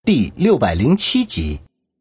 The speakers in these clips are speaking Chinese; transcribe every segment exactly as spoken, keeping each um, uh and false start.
第六百零七集。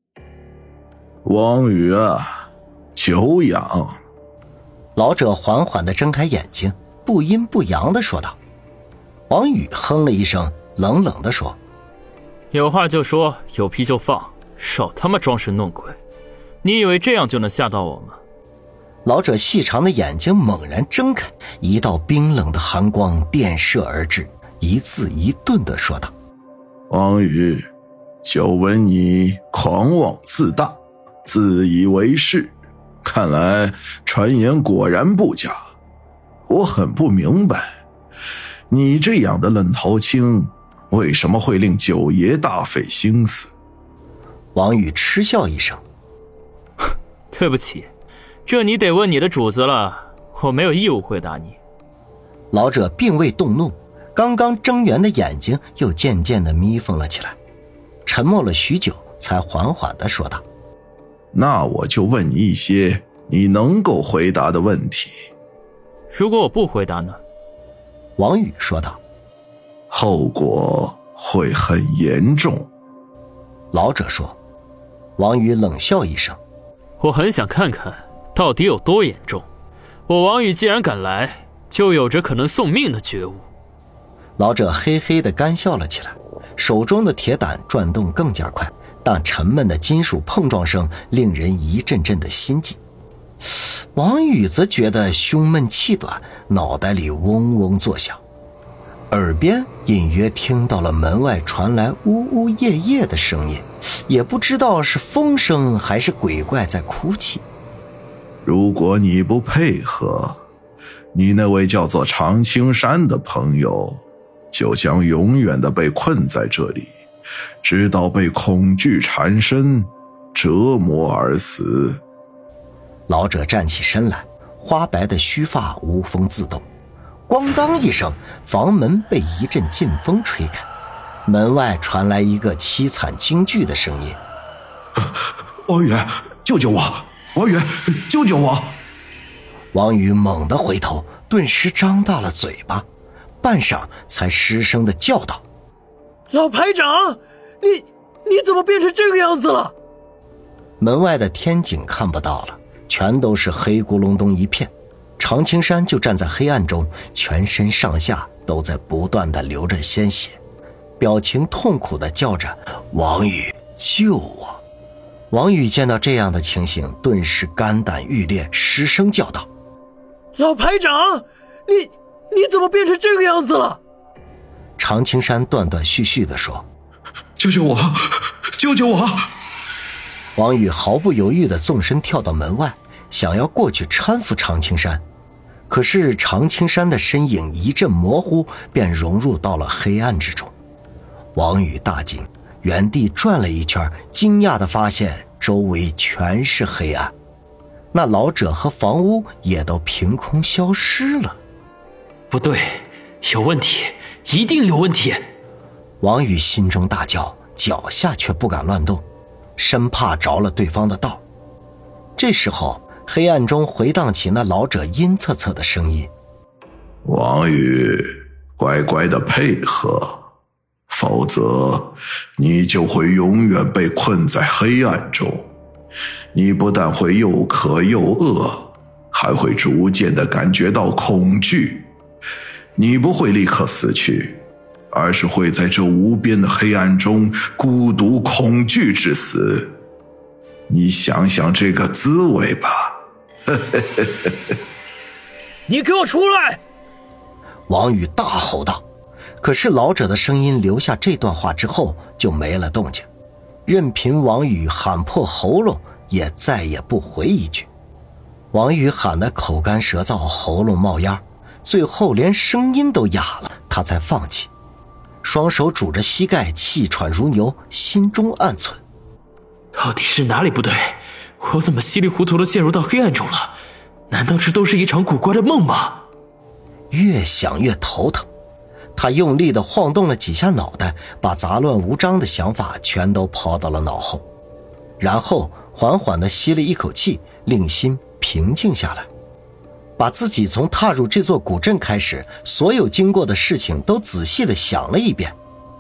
王宇啊，久仰。 老者缓缓地睁开眼睛，不阴不阳地说道。王宇哼了一声，冷冷地说： 有话就说，有屁就放，少他妈装神弄鬼，你以为这样就能吓到我吗？ 老者细长的眼睛猛然睁开，一道冰冷的寒光电射而至，一字一顿地说道： 王宇，久闻你狂妄自大，自以为是，看来传言果然不假。我很不明白，你这样的愣头青为什么会令九爷大费心思？ 王宇嗤笑一声： 对不起，这你得问你的主子了，我没有义务回答你。 老者并未动怒，刚刚睁圆的眼睛又渐渐地眯缝了起来，沉默了许久，才缓缓地说道： 那我就问你一些你能够回答的问题。 如果我不回答呢？ 王宇说道： 后果会很严重。 老者说。王宇冷笑一声： 我很想看看到底有多严重，我王宇既然敢来，就有着可能送命的觉悟。 老者嘿嘿地干笑了起来，手中的铁胆转动更加快，但沉闷的金属碰撞声令人一阵阵的心悸。王宇则觉得胸闷气短，脑袋里嗡嗡作响，耳边隐约听到了门外传来呜呜咽咽的声音，也不知道是风声还是鬼怪在哭泣。 如果你不配合，你那位叫做常青山的朋友就将永远地被困在这里，直到被恐惧缠身，折磨而死。 老者站起身来，花白的须发无风自动，咣当一声，房门被一阵劲风吹开，门外传来一个凄惨惊惧的声音： 王宇，救救我！王宇，救救我！ 王宇猛地回头，顿时张大了嘴巴，半晌才失声地叫道： 老排长，你你怎么变成这个样子了？ 门外的天井看不到了，全都是黑咕隆咚一片，常青山就站在黑暗中，全身上下都在不断地流着鲜血，表情痛苦地叫着：王宇，救我！王宇见到这样的情形，顿时肝胆欲裂，失声叫道： 老排长，你你怎么变成这个样子了？ 常青山断断续续地说： 救救我，救救我！ 王宇毫不犹豫地纵身跳到门外，想要过去搀扶常青山，可是常青山的身影一阵模糊，便融入到了黑暗之中。王宇大惊，原地转了一圈，惊讶地发现周围全是黑暗，那老者和房屋也都凭空消失了。 不对，有问题，一定有问题！ 王宇心中大叫，脚下却不敢乱动，生怕着了对方的道。这时候黑暗中回荡起那老者阴恻恻的声音： 王宇，乖乖的配合，否则你就会永远被困在黑暗中。你不但会又渴又饿，还会逐渐地感觉到恐惧。你不会立刻死去，而是会在这无边的黑暗中孤独恐惧至死。你想想这个滋味吧。 你给我出来！ 王宇大吼道。可是老者的声音留下这段话之后就没了动静，任凭王宇喊破喉咙也再也不回一句。王宇喊得口干舌燥，喉咙冒烟，最后连声音都哑了，他才放弃，双手拄着膝盖，气喘如牛，心中暗忖： 到底是哪里不对？我怎么稀里糊涂地陷入到黑暗中了？难道这都是一场古怪的梦吗？ 越想越头疼，他用力地晃动了几下脑袋，把杂乱无章的想法全都抛到了脑后，然后缓缓地吸了一口气，令心平静下来，把自己从踏入这座古镇开始所有经过的事情都仔细地想了一遍。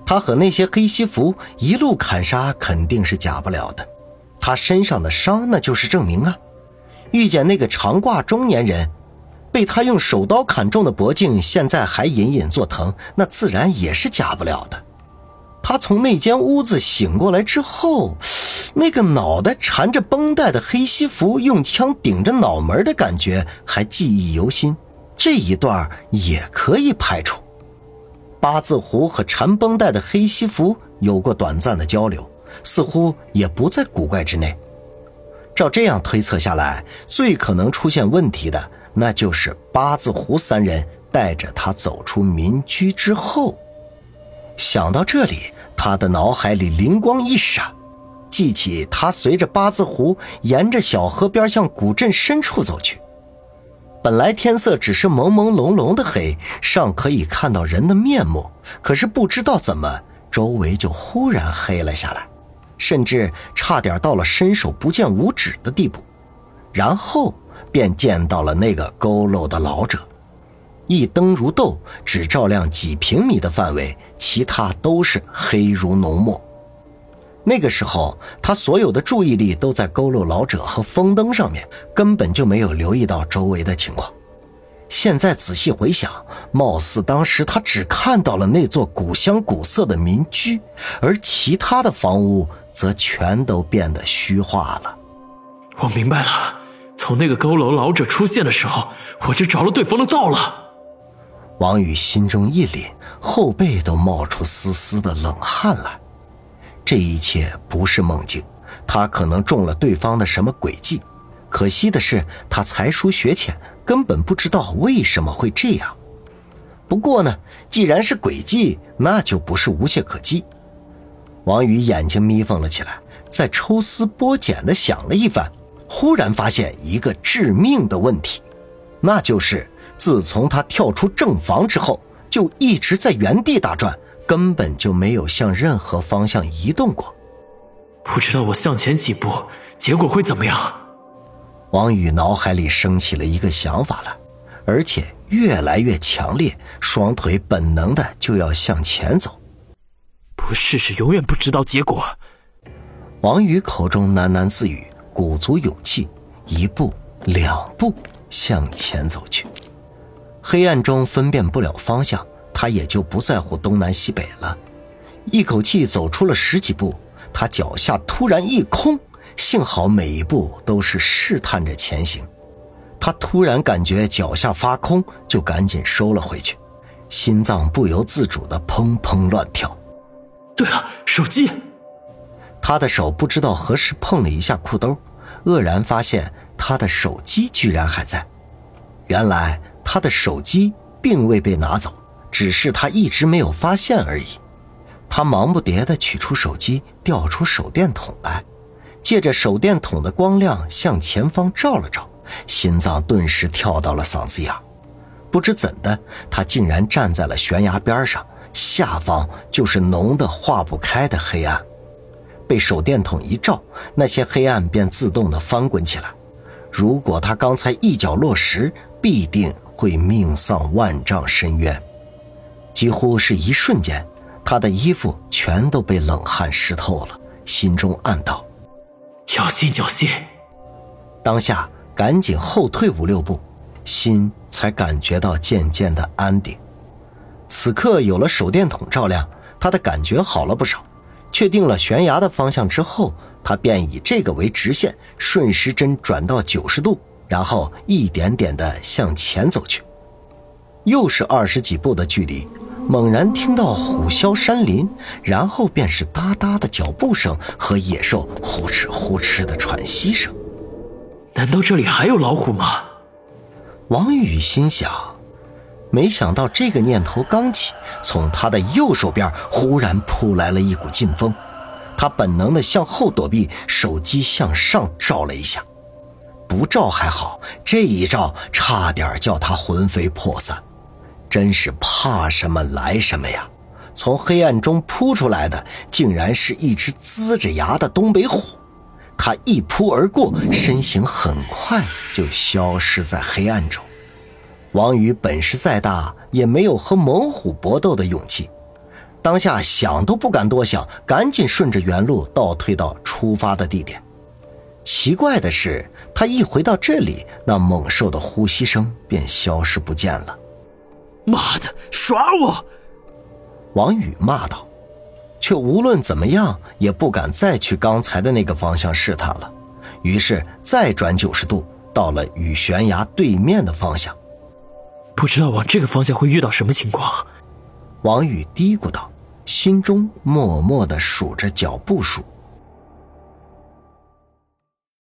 他和那些黑西服一路砍杀肯定是假不了的，他身上的伤那就是证明啊。遇见那个长褂中年人，被他用手刀砍中的脖颈现在还隐隐作疼，那自然也是假不了的。他从那间屋子醒过来之后，那个脑袋缠着绷带的黑西服用枪顶着脑门的感觉还记忆犹新，这一段也可以排除。八字胡和缠绷带的黑西服有过短暂的交流，似乎也不在古怪之内。照这样推测下来，最可能出现问题的那就是八字胡三人带着他走出民居之后。想到这里，他的脑海里灵光一闪，记起他随着八字胡沿着小河边向古镇深处走去。本来天色只是朦朦胧胧的黑，尚可以看到人的面目，可是不知道怎么周围就忽然黑了下来，甚至差点到了伸手不见五指的地步。然后便见到了那个佝偻的老者，一灯如豆，只照亮几平米的范围，其他都是黑如浓墨。那个时候他所有的注意力都在佝偻老者和风灯上面，根本就没有留意到周围的情况。现在仔细回想，貌似当时他只看到了那座古香古色的民居，而其他的房屋则全都变得虚化了。 我明白了，从那个佝偻老者出现的时候，我就着了对方的道了。 王宇心中一凛，后背都冒出丝丝的冷汗来。这一切不是梦境，他可能中了对方的什么诡计。可惜的是，他才疏学浅，根本不知道为什么会这样。不过呢，既然是诡计，那就不是无懈可击。王宇眼睛眯缝了起来，再抽丝剥茧地想了一番，忽然发现一个致命的问题，那就是自从他跳出正房之后，就一直在原地打转，根本就没有向任何方向移动过。 不知道我向前几步，结果会怎么样？ 王宇脑海里升起了一个想法来，而且越来越强烈，双腿本能的就要向前走。 不试试永远不知道结果。 王宇口中喃喃自语，鼓足勇气，一步两步向前走去。黑暗中分辨不了方向，他也就不在乎东南西北了。一口气走出了十几步，他脚下突然一空，幸好每一步都是试探着前行。他突然感觉脚下发空，就赶紧收了回去，心脏不由自主地砰砰乱跳。 对了，手机！ 他的手不知道何时碰了一下裤兜，愕然发现他的手机居然还在。原来他的手机并未被拿走，只是他一直没有发现而已。他忙不迭地取出手机，调出手电筒来，借着手电筒的光亮向前方照了照，心脏顿时跳到了嗓子眼。不知怎的，他竟然站在了悬崖边上，下方就是浓得化不开的黑暗。被手电筒一照，那些黑暗便自动地翻滚起来。如果他刚才一脚落石，必定会命丧万丈深渊。几乎是一瞬间，他的衣服全都被冷汗湿透了，心中暗道： 侥幸侥幸。 当下赶紧后退五六步，心才感觉到渐渐的安定。此刻有了手电筒照亮，他的感觉好了不少。确定了悬崖的方向之后，他便以这个为直线，顺时针转到九十度，然后一点点地向前走去。又是二十几步的距离，猛然听到虎啸山林，然后便是哒哒的脚步声和野兽呼哧呼哧的喘息声。 难道这里还有老虎吗？ 王宇心想，没想到这个念头刚起，从他的右手边忽然扑来了一股劲风。他本能地向后躲避，手机向上照了一下。不照还好，这一照差点叫他魂飞魄散。真是怕什么来什么呀！从黑暗中扑出来的竟然是一只呲着牙的东北虎。他一扑而过，身形很快就消失在黑暗中。王宇本事再大，也没有和猛虎搏斗的勇气。 当下想都不敢多想，赶紧顺着原路倒退到出发的地点。奇怪的是，他一回到这里，那猛兽的呼吸声便消失不见了。 妈的，耍我！ 王宇骂道，却无论怎么样也不敢再去刚才的那个方向试探了，于是再转九十度到了与悬崖对面的方向。 不知道往这个方向会遇到什么情况。 王宇嘀咕道，心中默默地数着脚步数。